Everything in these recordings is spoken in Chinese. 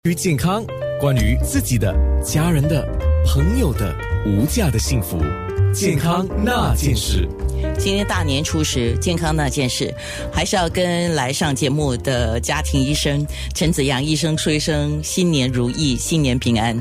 关于健康，关于自己的、家人的、朋友的无价的幸福，健康那件事。 今天大年初10，健康那件事，还是要跟来上节目的家庭医生陈子阳医生说一声新年如意，新年平安。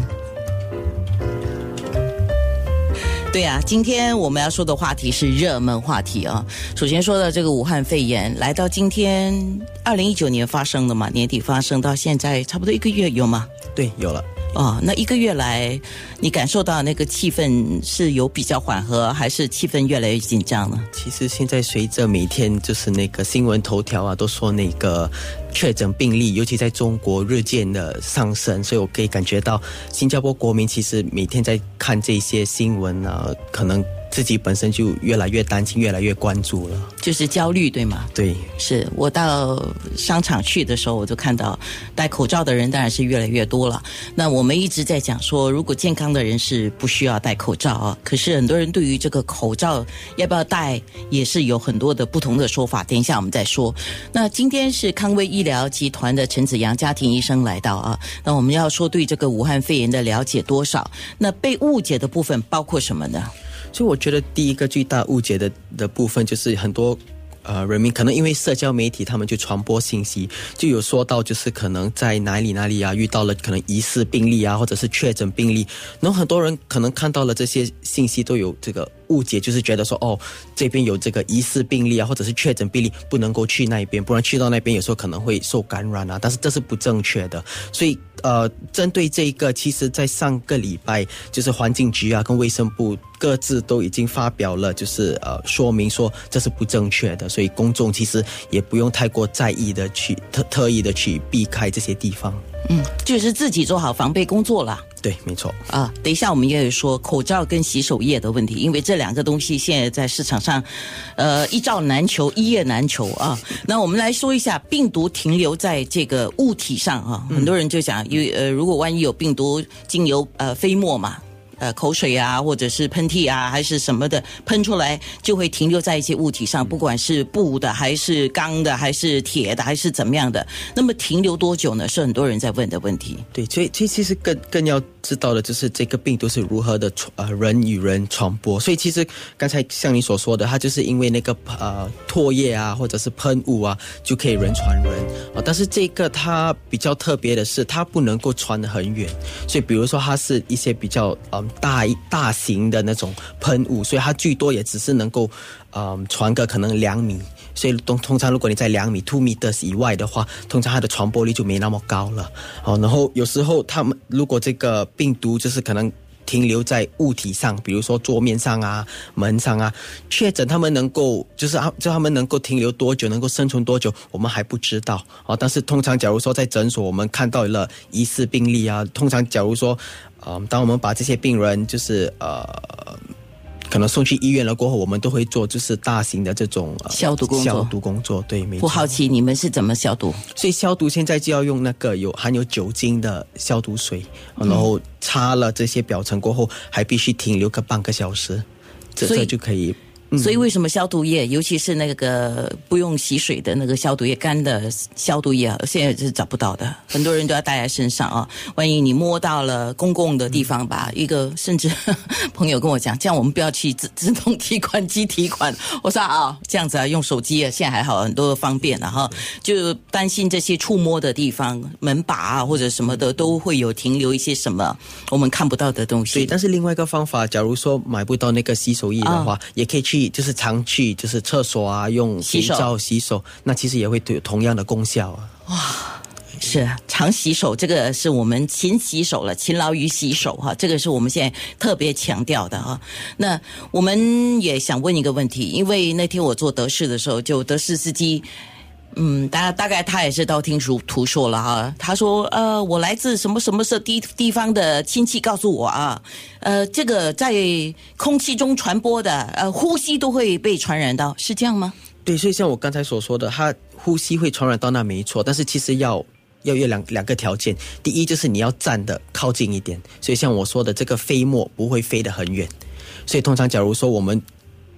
对啊，今天我们要说的话题是热门话题啊。首先说到这个武汉肺炎，来到今天2019年发生的嘛，年底发生到现在差不多1个月有吗？ 对，有了。 那1个月来，你感受到那个气氛是有比较缓和，还是气氛越来越紧张呢？ 其实现在随着每天就是那个新闻头条啊，都说那个确诊病例，尤其在中国日渐的上升，所以我可以感觉到新加坡国民其实每天在看这些新闻啊，可能自己本身就越来越担心，越来越关注了， 就是焦虑，对吗？ 对， 是我到商场去的时候，我就看到戴口罩的人当然是越来越多了。那我们一直在讲说，如果健康的人是不需要戴口罩啊，可是很多人对于这个口罩要不要戴，也是有很多的不同的说法。等一下我们再说。那今天是康威医疗集团的陈子阳家庭医生来到啊，那我们要说对这个武汉肺炎的了解多少？那被误解的部分包括什么呢？ 所以我觉得第一个最大误解的部分就是很多人民可能因为社交媒体他们就传播信息，就有说到就是可能在哪里啊遇到了可能疑似病例啊，或者是确诊病例，然后很多人可能看到了这些信息都有这个误解，就是觉得说这边有这个疑似病例啊，或者是确诊病例，不能够去那边，不然去到那边有时候可能会受感染啊，但是这是不正确的。所以针对这个，其实在上个礼拜就是环境局啊跟卫生部各自都已经发表了就是说明说这是不正确的，所以公众其实也不用太过在意的去特意的去避开这些地方。 就是自己做好防备工作啦。 对，没错啊。等一下我们也有说口罩跟洗手液的问题，因为这两个东西现在在市场上一罩难求，一叶难求啊。那我们来说一下病毒停留在这个物体上啊，很多人就讲如果万一有病毒经由飞沫嘛，口水啊，或者是喷嚏啊，还是什么的喷出来，就会停留在一些物体上，不管是布的，还是钢的，还是铁的，还是怎么样的。那么停留多久呢？是很多人在问的问题。 对，所以其实更要知道的就是这个病毒是如何的人与人传播。所以其实刚才像你所说的，它就是因为那个唾液啊，或者是喷雾啊，就可以人传人啊。但是这个它比较特别的是，它不能够传得很远。所以比如说它是一些比较大型的那种喷雾，所以它最多也只是能够传个可能2米，所以通常如果你在2米 2 meters 以外的话，通常它的传播率就没那么高了。然后有时候他们如果这个病毒就是可能停留在物体上，比如说桌面上啊、门上啊，确诊他们能够他们能够停留多久，能够生存多久，我们还不知道但是通常假如说在诊所我们看到了疑似病例啊，通常假如说当我们把这些病人就是可能送去医院了过后，我们都会做就是大型的这种消毒工作。对，没错。 不好奇你们是怎么消毒？ 所以消毒现在就要用那个含有酒精的消毒水，然后擦了这些表层过后，还必须停留个半个小时，这就可以。 所以为什么消毒液，尤其是那个不用洗水的那个消毒液，干的消毒液现在是找不到的，很多人都要带在身上啊。万一你摸到了公共的地方吧，一个甚至朋友跟我讲，这样我们不要去自动提款机提款。我说这样子啊，用手机啊，现在还好，很多方便了哈。就担心这些触摸的地方，门把啊或者什么的，都会有停留一些什么我们看不到的东西。 对，但是另外一个方法，假如说买不到那个洗手液的话，也可以就是常去就是厕所啊，用肥皂洗手，那其实也会有同样的功效啊。 哇，是常洗手，这个是我们勤洗手了，勤劳于洗手哈，这个是我们现在特别强调的哈。那我们也想问一个问题，因为那天我坐德士的时候，就德士司机。大概他也是道听途说了哈。他说我来自什么什么是地方的亲戚告诉我啊，这个在空气中传播的呼吸都会被传染到，是这样吗？ 对，所以像我刚才所说的，它呼吸会传染到那没错，但是其实要有两个条件。第一就是你要站得靠近一点，所以像我说的这个飞沫不会飞得很远，所以通常假如说我们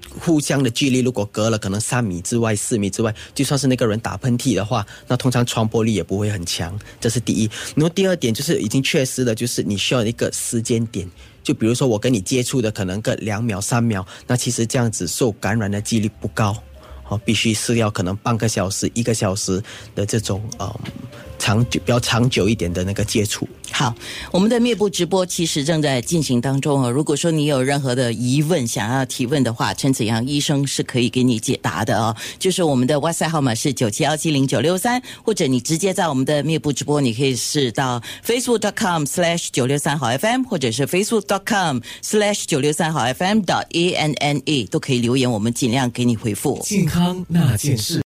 互相的距离如果隔了可能3米之外、4米之外，就算是那个人打喷嚏的话，那通常传播力也不会很强，这是第一。然后第二点就是已经确实的，就是你需要一个时间点，就比如说我跟你接触的可能个2秒、3秒，那其实这样子受感染的几率不高，必须是要可能半个小时、1个小时的这种比较长久一点的那个接触。 好，我们的面部直播其实正在进行当中哦。如果说你有任何的疑问想要提问的话，陈子阳医生是可以给你解答的哦。就是我们的 WhatsApp 号码是97170963，或者你直接在我们的面部直播，你可以是到 facebook.com/963好 FM， 或者是 facebook.com/963好 FM.ANNA 都可以留言，我们尽量给你回复。 健康那件事。